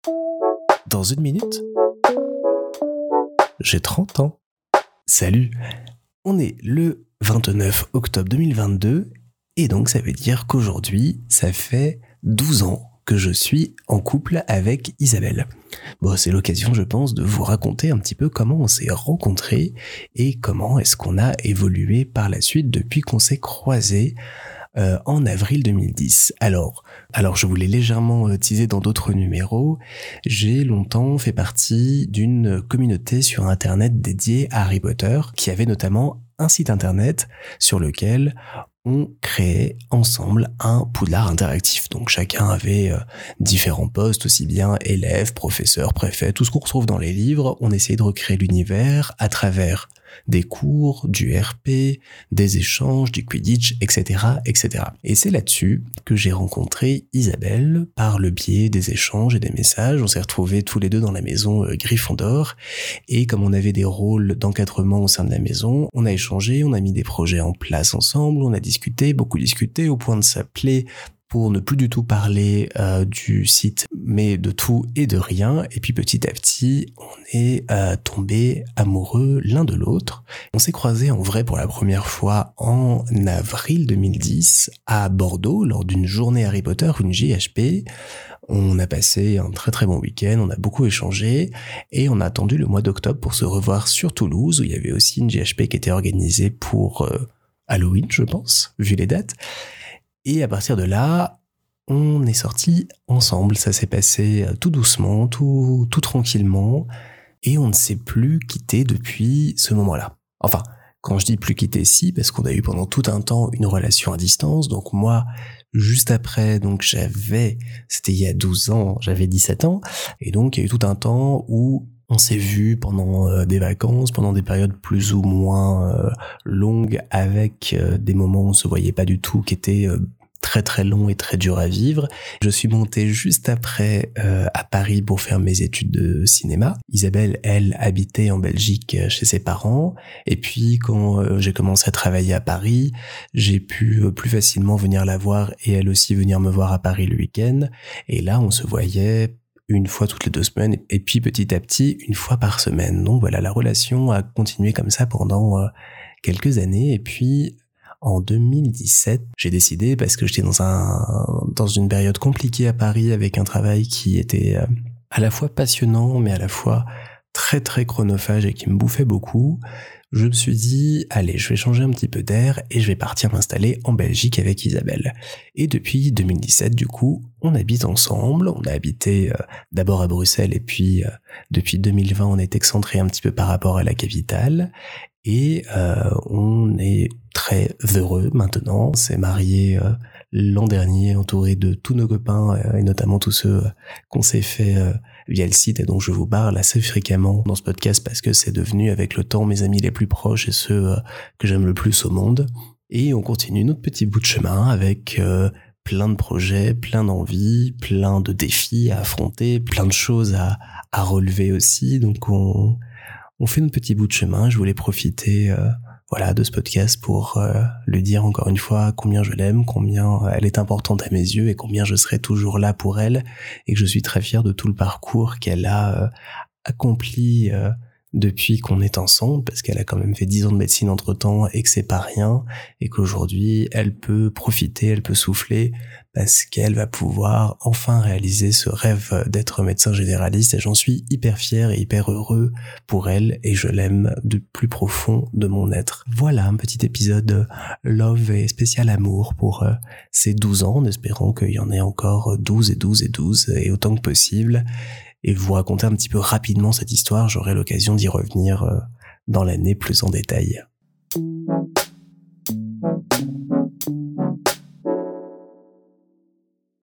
Dans une minute, j'ai 30 ans. Salut! On est le 29 octobre 2022 et donc ça veut dire qu'aujourd'hui, ça fait 12 ans que je suis en couple avec Isabelle. Bon, c'est l'occasion, je pense, de vous raconter un petit peu comment on s'est rencontrés et comment est-ce qu'on a évolué par la suite depuis qu'on s'est croisés en avril 2010. Alors, je vous l'ai légèrement teasé dans d'autres numéros, j'ai longtemps fait partie d'une communauté sur Internet dédiée à Harry Potter, qui avait notamment un site Internet sur lequel on créait ensemble un Poudlard interactif. Donc chacun avait différents postes, aussi bien élèves, professeurs, préfets, tout ce qu'on retrouve dans les livres. On essayait de recréer l'univers à travers des cours, du RP, des échanges, du Quidditch, etc., etc. Et c'est là-dessus que j'ai rencontré Isabelle par le biais des échanges et des messages. On s'est retrouvés tous les deux dans la maison Gryffondor et comme on avait des rôles d'encadrement au sein de la maison, on a échangé, on a mis des projets en place ensemble, on a discuté, beaucoup discuté au point de s'appeler pour ne plus du tout parler du site, mais de tout et de rien. Et puis petit à petit, on est tombés amoureux l'un de l'autre. On s'est croisés en vrai pour la première fois en avril 2010 à Bordeaux lors d'une journée Harry Potter, une JHP. On a passé un très très bon week-end, on a beaucoup échangé et on a attendu le mois d'octobre pour se revoir sur Toulouse où il y avait aussi une JHP qui était organisée pour Halloween, je pense, vu les dates. Et à partir de là, on est sortis ensemble. Ça s'est passé tout doucement, tout tranquillement. Et on ne s'est plus quitté depuis ce moment-là. Enfin, quand je dis plus quitté, si, parce qu'on a eu pendant tout un temps une relation à distance. Donc moi, juste après, c'était il y a 12 ans, j'avais 17 ans. Et donc il y a eu tout un temps où on s'est vu pendant des vacances, pendant des périodes plus ou moins longues, avec des moments où on se voyait pas du tout, qui étaient très très longs et très durs à vivre. Je suis monté juste après à Paris pour faire mes études de cinéma. Isabelle, elle, habitait en Belgique chez ses parents. Et puis quand j'ai commencé à travailler à Paris, j'ai pu plus facilement venir la voir et elle aussi venir me voir à Paris le week-end. Et là, on se voyait une fois toutes les 2 semaines, et puis petit à petit, une fois par semaine. Donc voilà, la relation a continué comme ça pendant quelques années, et puis en 2017, j'ai décidé, parce que j'étais dans une période compliquée à Paris, avec un travail qui était à la fois passionnant, mais à la fois très très chronophage et qui me bouffait beaucoup, je me suis dit, allez, je vais changer un petit peu d'air et je vais partir m'installer en Belgique avec Isabelle. Et depuis 2017, du coup, on habite ensemble. On a habité d'abord à Bruxelles et puis depuis 2020, on est excentré un petit peu par rapport à la capitale. Et on est très heureux maintenant. On s'est marié l'an dernier, entouré de tous nos copains et notamment tous ceux qu'on s'est fait via le site et dont je vous parle assez fréquemment dans ce podcast parce que c'est devenu avec le temps mes amis les plus proches et ceux que j'aime le plus au monde. Et on continue notre petit bout de chemin avec plein de projets, plein d'envies, plein de défis à affronter, plein de choses à relever aussi. Donc on fait notre petit bout de chemin. Je voulais profiter de ce podcast pour lui dire encore une fois combien je l'aime, combien elle est importante à mes yeux et combien je serai toujours là pour elle et que je suis très fier de tout le parcours qu'elle a accompli depuis qu'on est ensemble, parce qu'elle a quand même fait 10 ans de médecine entre-temps et que c'est pas rien, et qu'aujourd'hui elle peut profiter, elle peut souffler, parce qu'elle va pouvoir enfin réaliser ce rêve d'être médecin généraliste, et j'en suis hyper fier et hyper heureux pour elle, et je l'aime du plus profond de mon être. Voilà, un petit épisode love et spécial amour pour ces 12 ans, en espérant qu'il y en ait encore 12 et 12 et 12, et autant que possible, et vous raconter un petit peu rapidement cette histoire. J'aurai l'occasion d'y revenir dans l'année plus en détail.